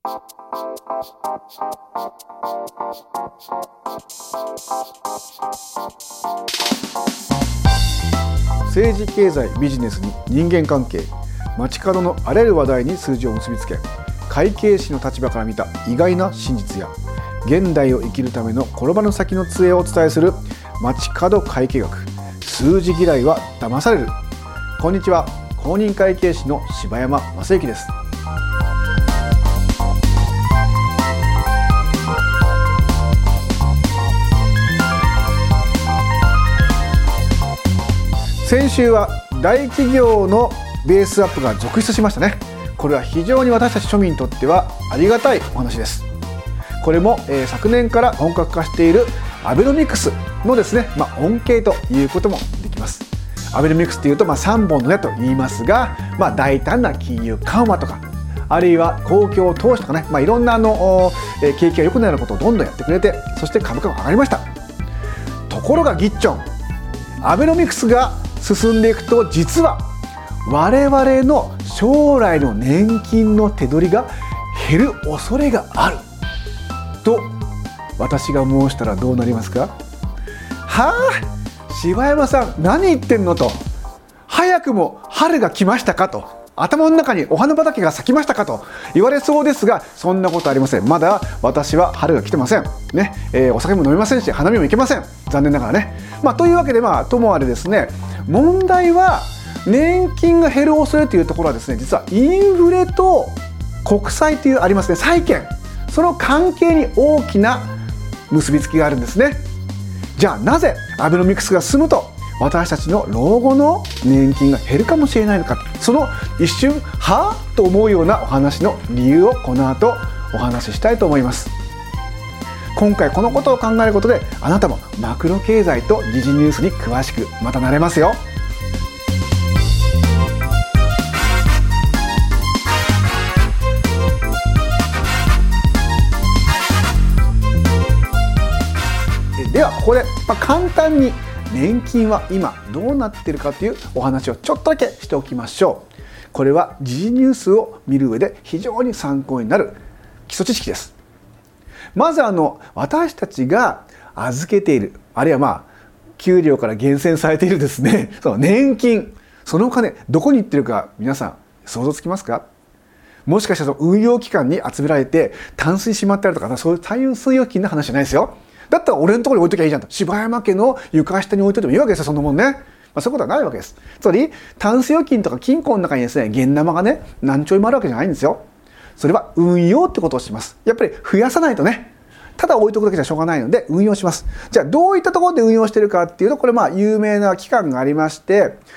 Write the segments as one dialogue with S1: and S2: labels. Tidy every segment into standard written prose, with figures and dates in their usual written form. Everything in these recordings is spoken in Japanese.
S1: 政治経済ビジネスに人間関係、街角のあらゆる話題に数字を結びつけ、会計士の立場から見た意外な真実や現代を生きるための転ばぬ先の杖をお伝えする街角会計学、数字嫌いは騙される。こんにちは、公認会計士の柴山正幸です。先週は大企業のベースアップが続出しましたね。これは非常に私たち庶民にとってはありがたいお話です。これも、昨年から本格化しているアベノミクスのですね、恩恵ということもできます。アベノミクスというと、3本の矢と言いますが、大胆な金融緩和とか、あるいは公共投資とかね、いろんな景気が良くなることをどんどんやってくれて、そして株価が上がりました。ところがギッチョン、アベノミクスが進んでいくと、実は我々の将来の年金の手取りが減る恐れがあると私が申したらどうなりますか？はあ、柴山さん何言ってんのと、早くも春が来ましたかと、頭の中にお花畑が咲きましたかと言われそうですが、そんなことありません。まだ私は春が来てませんね。お酒も飲めませんし、花見も行けません、残念ながらね。というわけで、ともあれですね、問題は年金が減る恐れというところはですね、実はインフレと国債というありますね、債券、その関係に大きな結びつきがあるんですね。じゃあなぜアベノミクスが進むと私たちの老後の年金が減るかもしれないのか、その一瞬はぁと思うようなお話の理由をこの後お話ししたいと思います。今回このことを考えることで、あなたもマクロ経済と時事ニュースに詳しくまたなれますよ。ではここで、簡単に年金は今どうなっているかというお話をちょっとだけしておきましょう。これは時事ニュースを見る上で非常に参考になる基礎知識です。まず私たちが預けている、あるいは給料から源泉されているですね、その年金、そのお金どこに行ってるか皆さん想像つきますか？もしかしたら運用機関に集められてタンスにしまったりとか、そういう大数預金の話じゃないですよ。だったら俺のところに置いときゃいいじゃんと、柴山家の床下に置いといてもいいわけですよ、そんなもんね。そういうことはないわけです。つまりタンス預金とか金庫の中にですね、現生がね何兆円もあるわけじゃないんですよ。それは運用ってことをします。やっぱり増やさないとね、ただ置いとくだけじゃしょうがないので運用します。じゃあどういったところで運用しているかっていうと、これ有名な機関がありまして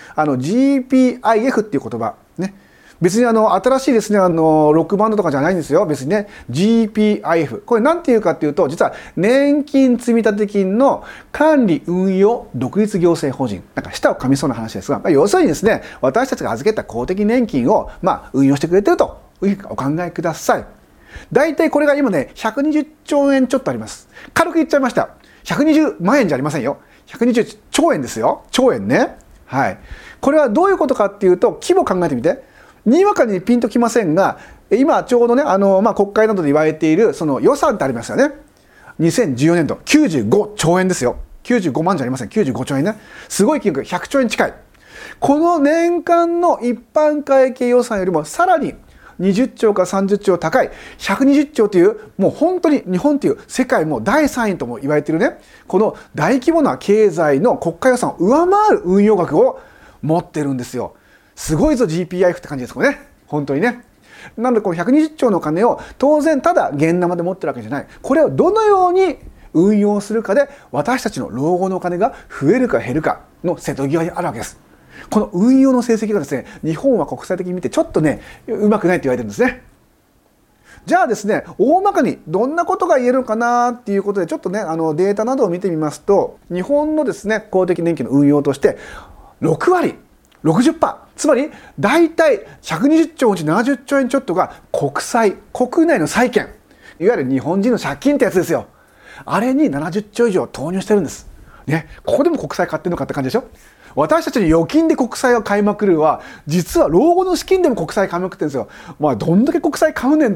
S1: 、GPIF っていう言葉ね、別に新しいですね、ロックバンドとかじゃないんですよ。別にね、GPIF。これ何ていうかっていうと、実は年金積立金の管理運用独立行政法人。舌を噛みそうな話ですが、要するにですね、私たちが預けた公的年金を、運用してくれてるというふうにお考えください。大体これが今ね、120兆円ちょっとあります。軽く言っちゃいました。120万円じゃありませんよ。120兆円ですよ。兆円ね。はい。これはどういうことかっていうと、規模考えてみて。にわかにピンときませんが、今ちょうどね、国会などで言われているその予算ってありますよね。2014年度95兆円ですよ。95万じゃありません。95兆円ね。すごい金額、100兆円近い。この年間の一般会計予算よりもさらに20兆か30兆高い120兆という、もう本当に日本という世界も第3位とも言われているね、この大規模な経済の国家予算を上回る運用額を持ってるんですよ。すごいぞ GPIF って感じですかね、本当にね。なのでこの120兆の金を当然ただ現生で持ってるわけじゃない。これをどのように運用するかで私たちの老後のお金が増えるか減るかの瀬戸際にあるわけです。この運用の成績がですね、日本は国際的に見てちょっとねうまくないと言われてるんですね。じゃあですね、大まかにどんなことが言えるのかなっていうことで、ちょっとねデータなどを見てみますと、日本のですね公的年金の運用として6割 60%、 つまり大体120兆うち70兆円ちょっとが国債、国内の債券、いわゆる日本人の借金ってやつですよ。あれに70兆以上投入してるんですね。ここでも国債買ってるのかって感じでしょ。私たちに預金で国債を買いまくるは、実は老後の資金でも国債買いまくってるんですよ。どんだけ国債買うねんと。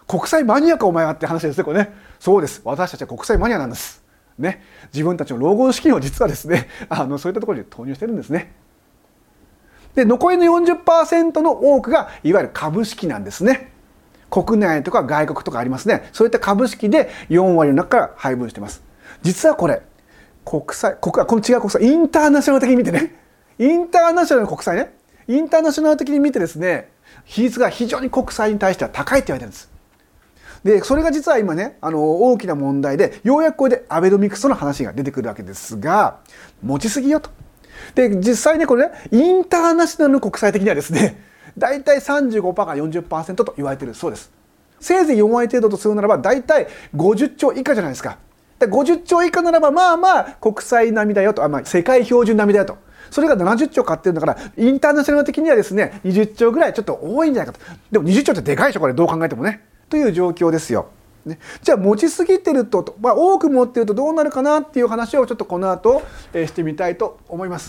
S1: 国債マニアかお前はって話ですね、これね。そうです。私たちは国債マニアなんです。ね。自分たちの老後資金を実はですね、そういったところに投入してるんですね。で、残りの 40% の多くがいわゆる株式なんですね。国内とか外国とかありますね。そういった株式で4割の中から配分してます。実はこれ、この違う国債、インターナショナル的に見てね。インターナショナルの国債ね。インターナショナル的に見てですね、比率が非常に国債に対しては高いって言われてるんです。で、それが実は今ね、大きな問題で、ようやくこれでアベノミクスの話が出てくるわけですが、持ちすぎよと。で、実際ね、これね、インターナショナルの国債的にはですね、だいたい 35% から 40% と言われているそうです。せいぜい4割程度とするならば、だいたい50兆以下じゃないですか。で、50兆以下ならば、まあまあ、国債並みだよと、世界標準並みだよと。それが70兆買ってるんだから、インターナショナル的にはですね、20兆ぐらいちょっと多いんじゃないかと。でも20兆ってでかいでしょ、これ、どう考えてもね。という状況ですよ。ね、じゃあ持ちすぎてると、多く持ってるとどうなるかなっていう話をちょっとこの後、してみたいと思います。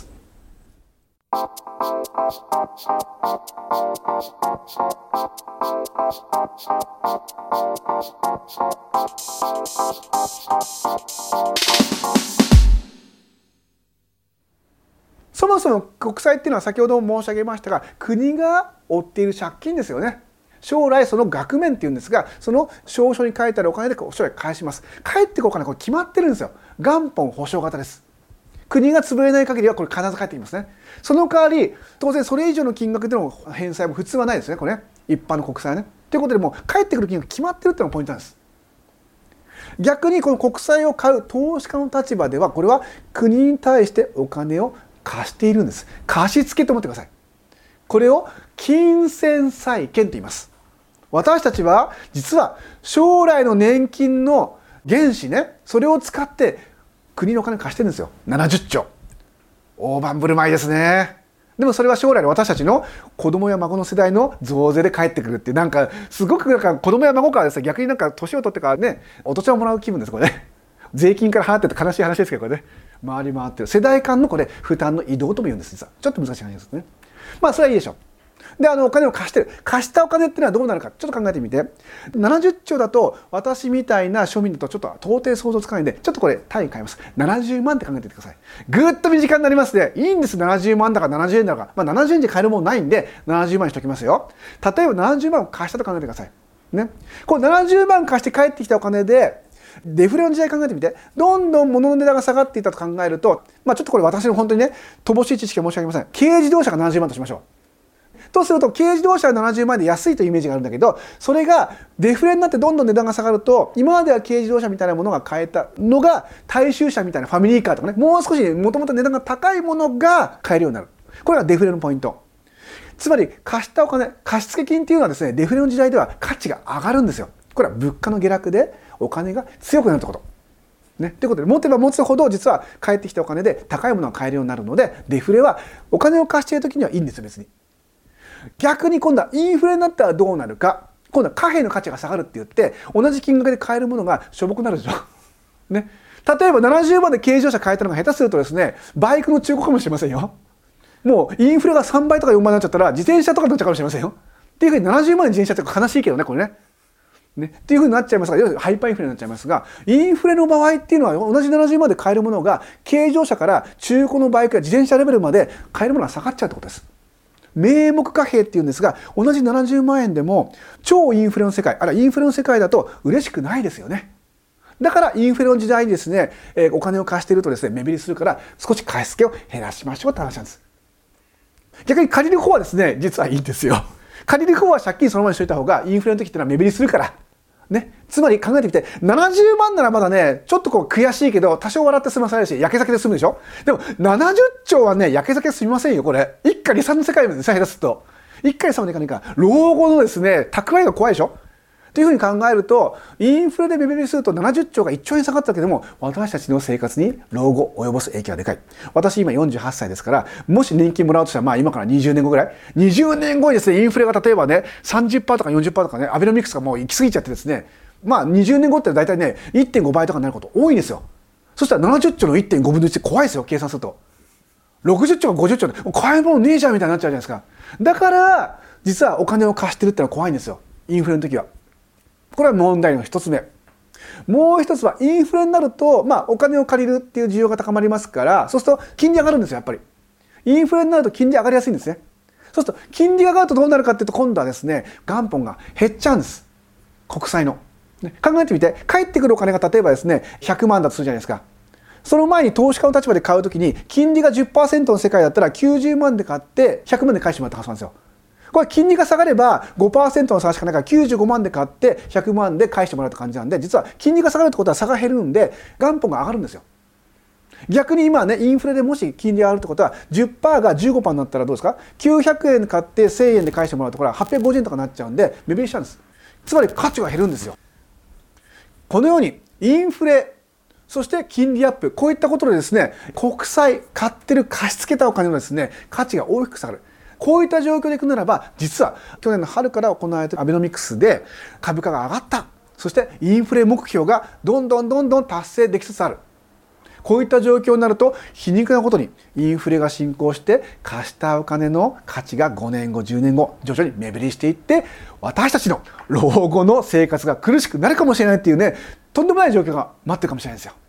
S1: そもそも国債っていうのは先ほど申し上げましたが、国が負っている借金ですよね。将来その額面っていうんですが、その証書に書いてあるお金で将来返します。返ってくるお金これ決まってるんですよ。元本保証型です。国が潰れない限りはこれ必ず返ってきますね。その代わり当然それ以上の金額での返済も普通はないですね、これね。一般の国債ね。ということでもう返ってくる金額決まってるっていうのがポイントなんです。逆にこの国債を買う投資家の立場では、これは国に対してお金を貸しているんです。貸し付けと思ってください。これを金銭債権と言います。私たちは実は将来の年金の原資ね、それを使って国のお金を貸してるんですよ。70兆。大盤振る舞いですね。でもそれは将来の私たちの子供や孫の世代の増税で返ってくるっていう、なんかすごくなんか子供や孫からですね、逆になんか年を取ってからね、お年をもらう気分です、これね。税金から払ってて悲しい話ですけど、これね。回り回ってる。世代間のこれ負担の移動とも言うんです、実は。ちょっと難しい話ですね。まあそれはいいでしょう。で、お金を貸してる。貸したお金っていうのはどうなるか、ちょっと考えてみて。70兆だと、私みたいな庶民だとちょっと到底想像つかないんで、ちょっとこれ単位変えます。70万って考えてみてください。ぐーっと身近になりますね。いいんです、70万だか70円だか。70円で買えるものないんで、70万にしときますよ。例えば70万を貸したと考えてください。ね。この70万貸して帰ってきたお金で、デフレの時代考えてみて、どんどん物の値段が下がっていったと考えると、ちょっとこれ私の本当にね、乏しい知識は申し上げません。軽自動車が70万としましょう。とすると軽自動車は70万円で安いというイメージがあるんだけど、それがデフレになってどんどん値段が下がると、今までは軽自動車みたいなものが買えたのが大衆車みたいなファミリーカーとかね、もう少しもともと値段が高いものが買えるようになる。これがデフレのポイント。つまり貸したお金、貸付金っていうのはですね、デフレの時代では価値が上がるんですよ。これは物価の下落でお金が強くなるってこと。ね、ということで、持てば持つほど実は返ってきたお金で高いものが買えるようになるので、デフレはお金を貸している時にはいいんですよ、別に。逆に今度はインフレになったらどうなるか。今度は貨幣の価値が下がるって言って、同じ金額で買えるものがしょぼくなるでしょ。ね。例えば70万で軽自動車買えたのが下手するとですね、バイクの中古かもしれませんよ。もうインフレが3倍とか4倍になっちゃったら自転車とかになっちゃうかもしれませんよ。っていうふうに70万で自転車って悲しいけどね、これね。っていうふうになっちゃいますが、要するにハイパーインフレになっちゃいますが、インフレの場合っていうのは同じ70万で買えるものが軽自動車から中古のバイクや自転車レベルまで買えるものが下がっちゃうってことです。名目貨幣っていうんですが、同じ70万円でも超インフレの世界、あるいはインフレの世界だと嬉しくないですよね。だからインフレの時代にですね、お金を貸しているとですね、目減りするから少し貸し付けを減らしましょうって話なんです。逆に借りる方はですね、実はいいんですよ。借りる方は借金そのままにしといた方がインフレの時ってのは目減りするから。ね。つまり考えてみて、70万ならまだね、ちょっとこう悔しいけど、多少笑って済まされるし、焼け酒で済むでしょ。でも、70兆はね、焼け酒で済みませんよ、これ。一家離散の世界まで下手すると。一家離散までいかないから、老後のですね、蓄えが怖いでしょ。というふうに考えると、インフレで目減りすると70兆が1兆円下がったけども、私たちの生活に老後及ぼす影響がでかい。私今48歳ですから、もし年金もらうとしたら、今から20年後ぐらい。20年後にですね、インフレが例えばね、30% とか 40% とかね、アベノミクスがもう行き過ぎちゃってですね、20年後って大体ね、1.5 倍とかになること多いんですよ。そしたら70兆の 1.5 分の1って怖いですよ、計算すると。60兆か50兆で、買い物ねえじゃんみたいになっちゃうじゃないですか。だから、実はお金を貸してるってのは怖いんですよ。インフレの時は。 これは問題の1つ目。もう一つはインフレになると、お金を借りるっていう需要が高まりますから、そうすると金利上がるんですよ、やっぱり。インフレになると金利上がりやすいんですね。そうすると金利が上がるとどうなるかっていうと、今度はですね、元本が減っちゃうんです。国債の。考えてみて、返ってくるお金が例えばですね、100万だとするじゃないですか。その前に投資家の立場で買うときに、金利が 10% の世界だったら90万で買って100万で返してもらったはずなんですよ。これ金利が下がれば 5% の差しかないから95万で買って100万で返してもらうって感じなんで、実は金利が下がるってことは差が減るんで元本が上がるんですよ。逆に今ね、インフレでもし金利が上がるってことは 10% が 15% になったらどうですか。900円買って1000円で返してもらうところは850円とかになっちゃうんで目減りしちゃうんです。つまり価値が減るんですよ。このようにインフレ、そして金利アップ、こういったことでですね、国債買ってる貸し付けたお金のですね、価値が大きく下がる。こういった状況でいくならば、実は去年の春から行われているアベノミクスで株価が上がった。そしてインフレ目標がどんどん達成できつつある。こういった状況になると、皮肉なことにインフレが進行して貸したお金の価値が5年後、10年後、徐々に目減りしていって、私たちの老後の生活が苦しくなるかもしれないっていうね、とんでもない状況が待ってるかもしれないんですよ。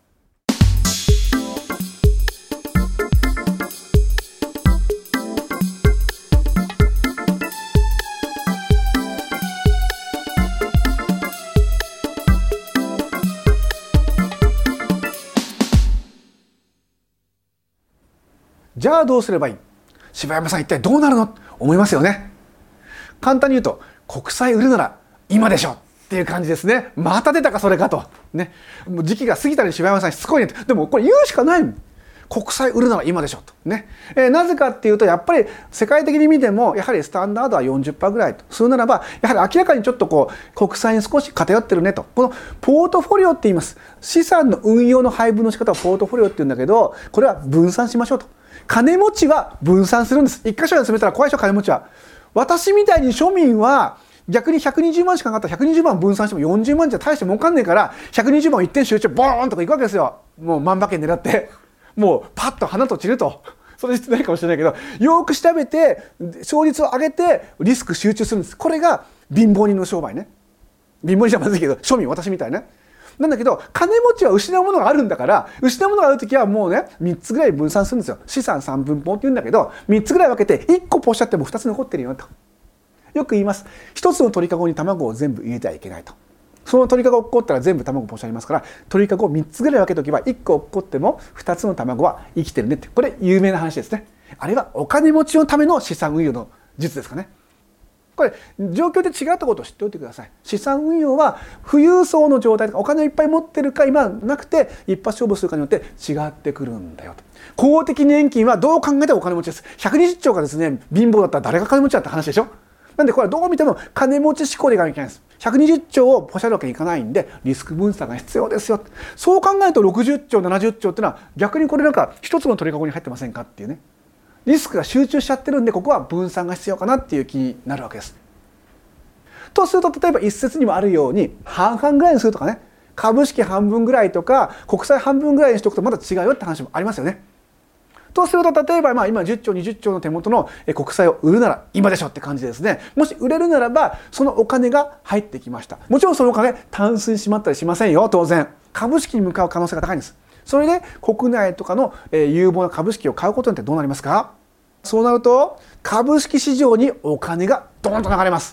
S1: じゃあどうすればいい？柴山さん一体どうなるの？思いますよね。簡単に言うと、国債売るなら今でしょっていう感じですね。また出たかそれかと。ね。もう時期が過ぎたら柴山さんしつこいねと。でもこれ言うしかないもん。国債売るなら今でしょと。ね。なぜかっていうと、やっぱり世界的に見ても、やはりスタンダードは 40% ぐらいと。するならば、やはり明らかにちょっと国債に少し偏ってるねと。このポートフォリオって言います。資産の運用の配分の仕方をポートフォリオって言うんだけど、これは分散しましょうと。金持ちは分散するんです。一箇所に集めたら怖いでしょ、金持ちは。私みたいに庶民は逆に120万しかなかったら120万分散しても40万じゃ大して儲かんねえから、120万を一点集中ボーンとかいくわけですよ。もう万馬券狙って。もうパッと花と散ると。それ実ないかもしれないけど、よく調べて勝率を上げてリスク集中するんです。これが貧乏人の商売ね。貧乏人じゃまずいけど、庶民、私みたいね。なんだけど、金持ちは失うものがあるんだから、失うものがあるときはもうね、3つぐらい分散するんですよ。資産3分法って言うんだけど、3つぐらい分けて、1個ポシャっても2つ残ってるよと。よく言います。1つの鳥かごに卵を全部入れてはいけないと。その鳥かご落っこったら全部卵ポシャりますから、鳥かごを3つぐらい分けておけば、1個落っこっても2つの卵は生きてるねって。これ有名な話ですね。あれはお金持ちのための資産運用の術ですかね。これ状況で違ったことを知っておいてください。資産運用は富裕層の状態とかお金をいっぱい持ってるか今なくて一発勝負するかによって違ってくるんだよと。公的年金はどう考えてもお金持ちです。120兆がですね貧乏だったら誰が金持ちだって話でしょ。なんでこれはどう見ても金持ち志向でいかなきゃいけないんです。120兆をポシャるわけにいかないんでリスク分散が必要ですよ。そう考えると60兆70兆っていうのは逆にこれなんか一つの鳥かごに入ってませんかっていうね。リスクが集中しちゃってるんで、ここは分散が必要かなっていう気になるわけです。とすると、例えば一説にもあるように半々ぐらいにするとかね、株式半分ぐらいとか国債半分ぐらいにしておくとまだ違うよって話もありますよね。とすると、例えば今10兆20兆の手元の国債を売るなら今でしょって感じでですね、もし売れるならばそのお金が入ってきました。もちろんそのお金タンスにしまったりしませんよ。当然株式に向かう可能性が高いんです。それで国内とかの有望な株式を買うことによってどうなりますか？そうなると株式市場にお金がドーンと流れます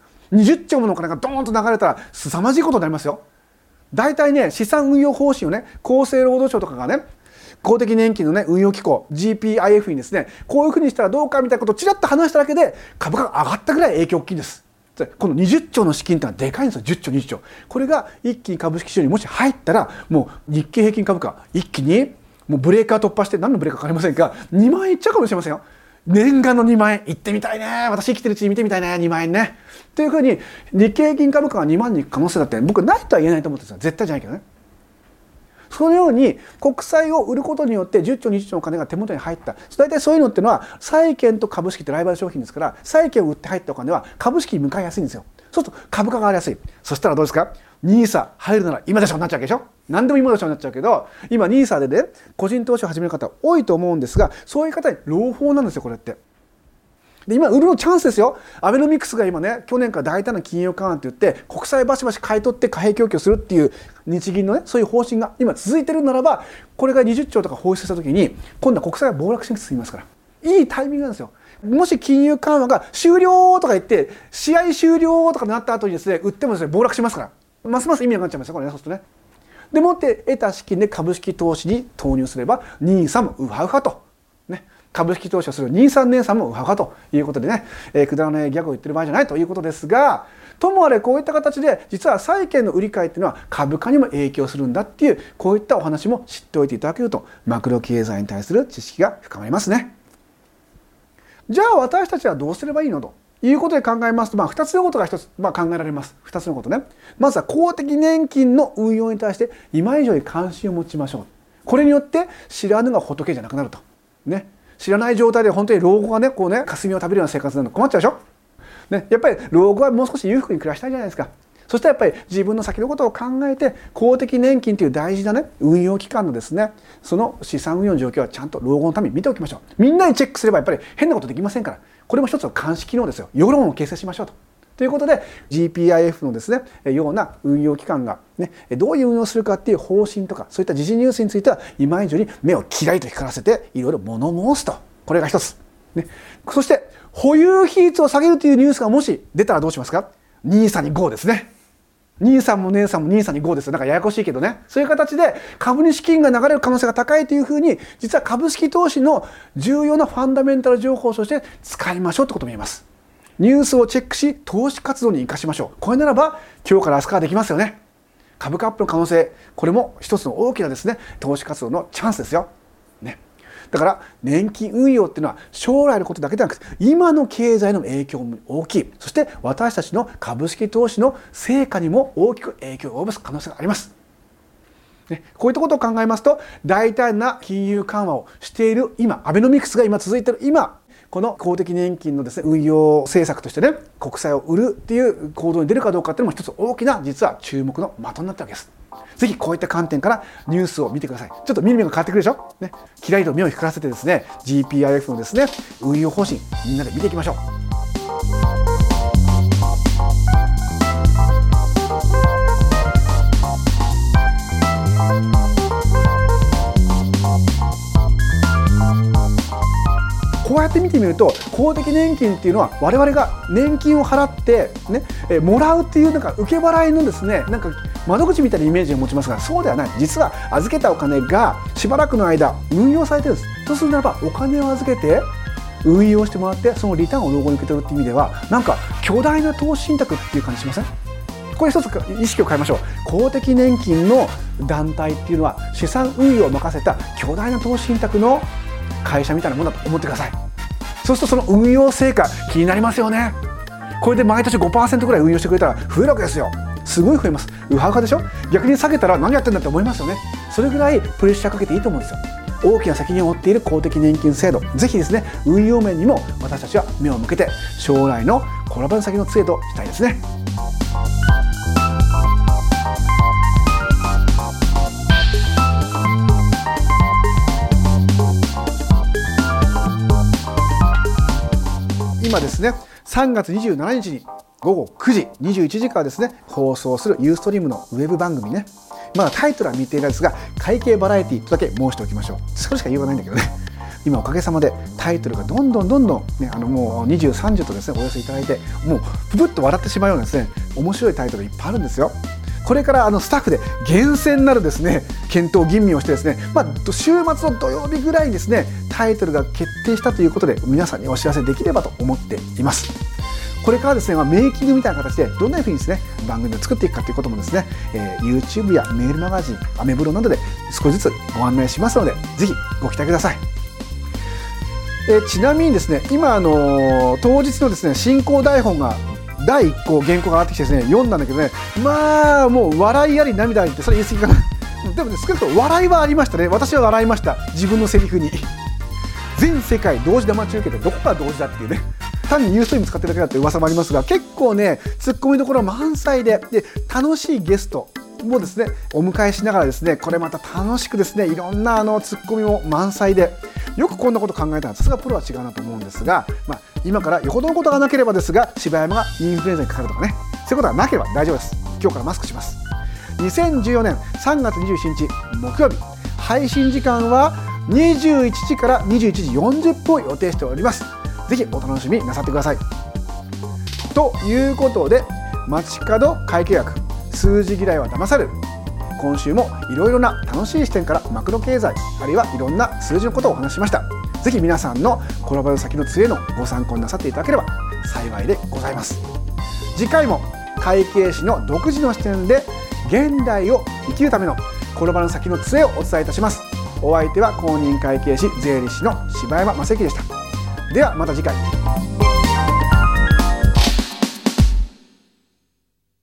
S1: 。20兆ものお金がドーンと流れたら凄まじいことになりますよ。大体ね、資産運用方針をね、厚生労働省とかがね、公的年金のね運用機構 GPIF にですね、こういうふうにしたらどうかみたいなことをちらっと話しただけで株価が上がったぐらい影響大きいんです。この20兆の資金ってのはでかいんですよ。10兆20兆、これが一気に株式市場にもし入ったら、もう日経平均株価一気にもうブレーカー突破して、何のブレーカーか分かりませんが2万円いっちゃうかもしれませんよ。念願の2万円行ってみたいね。私生きてるうちに見てみたいね、2万円ね。というふうに日経平均株価が2万に行く可能性だって僕ないとは言えないと思ってるんですよ。絶対じゃないけどね。そのように国債を売ることによって10兆20兆のお金が手元に入った。大体そういうのっていうのは債券と株式ってライバル商品ですから、債券を売って入ったお金は株式に向かいやすいんですよ。そうすると株価が上がりやすい。そしたらどうですか？ NISA 入るなら今でしょになっちゃうわけでしょ。何でも今でしょになっちゃうけど、今 NISA でね個人投資を始める方多いと思うんですが、そういう方に朗報なんですよこれって。 で今売るのチャンスですよ。アベノミクスが今ね、去年から大胆な金融緩和って言って国債バシバシ買い取って貨幣供給するっていう日銀のね、そういう方針が今続いてるならば、これが20兆とか放出した時に今度は国債が暴落しに進みますから、いいタイミングなんですよ。もし金融緩和が終了とか言って試合終了とかなった後にですね、売ってもですね暴落しますから、ますます意味がなっちゃいますよこれね。そうするとね、でもって得た資金で株式投資に投入すればNISAもウハウハとね、株式投資をするNISA年産もウハウハということでね、くだらないギャグを言ってる場合じゃないということですが、ともあれこういった形で実は債券の売り買いっていうのは株価にも影響するんだっていう、こういったお話も知っておいていただけるとマクロ経済に対する知識が深まりますね。じゃあ私たちはどうすればいいのということで考えますと、2つのことが考えられます。2つのことね。まずは公的年金の運用に対して今以上に関心を持ちましょう。これによって知らぬが仏じゃなくなるとね。知らない状態で本当に老後がね、こうね、霞を食べるような生活なの困っちゃうでしょ、ね、やっぱり老後はもう少し裕福に暮らしたいじゃないですか。そしたらやっぱり自分の先のことを考えて、公的年金という大事なね、運用機関のですね、その資産運用の状況はちゃんと老後のために見ておきましょう。みんなにチェックすればやっぱり変なことできませんから、これも一つの監視機能ですよ。世論を形成しましょうということで GPIF のですねような運用機関が、ね、どういう運用をするかっていう方針とか、そういった時事ニュースについては今以上に目をキラリと光らせていろいろ物申すと、これが一つ、ね、そして保有比率を下げるというニュースがもし出たらどうしますか。NISAに GO ですね。NISAも姉さんも NISAに GO ですよ。なんかややこしいけどね、そういう形で株に資金が流れる可能性が高いというふうに、実は株式投資の重要なファンダメンタル情報として使いましょうってことも言えます。ニュースをチェックし投資活動に生かしましょう。これならば今日から明日からできますよね。株価アップの可能性、これも一つの大きなですね投資活動のチャンスですよ、ね、だから年金運用っていうのは将来のことだけではなくて今の経済の影響も大きい。そして私たちの株式投資の成果にも大きく影響を及ぼす可能性があります。こういったことを考えますと、大胆な金融緩和をしている今、アベノミクスが今続いている今、この公的年金のですね運用政策としてね、国債を売るっていう行動に出るかどうかっていうのも一つ大きな実は注目の的になったわけです。ぜひこういった観点からニュースを見てください。ちょっと見る目が変わってくるでしょ、ね、キラリと目を光らせてですね GPIF のですね運用方針、みんなで見ていきましょう。こうやって見てみると、公的年金っていうのは我々が年金を払ってね、もらうっていうなんか受け払いのですね、なんか窓口みたいなイメージを持ちますが、そうではない。実は預けたお金がしばらくの間運用されてるんです。そうするならばお金を預けて運用してもらって、そのリターンを老後に受け取るっていう意味では、なんか巨大な投資信託っていう感じしません？これ一つ意識を変えましょう。公的年金の団体っていうのは資産運用を任せた巨大な投資信託の会社みたいなものだと思ってください。そうするとその運用成果気になりますよね。これで毎年 5% ぐらい運用してくれたら増えるわけですよ。すごい増えます。ウハウハでしょ。逆に下げたら何やってんだって思いますよね。それぐらいプレッシャーかけていいと思うんですよ。大きな責任を負っている公的年金制度、ぜひですね運用面にも私たちは目を向けて将来の転ばぬ先の杖としたいですね。今ですね3月27日に午後9時21時からですね放送するユーストリームのウェブ番組ね、まだタイトルは未定なんですが会計バラエティとだけ申しておきましょう。それしか言いようがないんだけどね、今おかげさまでタイトルがどんどんね、もう23時とですねお寄せいただいて、もうふぶっと笑ってしまうようなですね面白いタイトルいっぱいあるんですよ。これからスタッフで厳選なるですね検討吟味をしてですね、週末の土曜日ぐらいにですねタイトルが決定したということで皆さんにお知らせできればと思っています。これからですね、メイキングみたいな形でどんなふうにですね番組を作っていくかということもですね、YouTube やメールマガジン、アメブロなどで少しずつご案内しますので、ぜひご期待ください。ちなみにですね、今当日のですね進行台本が第1項原稿が上がってきてですね読んだんだけどね、もう笑いあり涙ありって、それ言い過ぎかなでもね、少なくとも笑いはありましたね。私は笑いました。自分のセリフに全世界同時生中継ってどこが同時だっていうね、単にユーストリーム使ってるだけだって噂もありますが、結構ねツッコミどころ満載で楽しいゲストもですねお迎えしながらですね、これまた楽しくですねいろんなツッコミも満載で、 よくこんなこと考えたらさすがプロは違うなと思うんですが、今からよほどのことがなければですが、柴山がインフルエンザにかかるとかね、そういうことがなければ大丈夫です。今日からマスクします。2014年3月27日木曜日、配信時間は21時から21時40分を予定しております。ぜひお楽しみなさってください。ということで、街角会計学、数字嫌いは騙される。今週もいろいろな楽しい視点からマクロ経済、あるいはいろんな数字のことをお話ししました。ぜひ皆さんの転ばぬ先の杖のご参考になさっていただければ幸いでございます。次回も会計士の独自の視点で現代を生きるための転ばぬ先の杖をお伝えいたします。お相手は公認会計士税理士の柴山正幸でした。ではまた次回。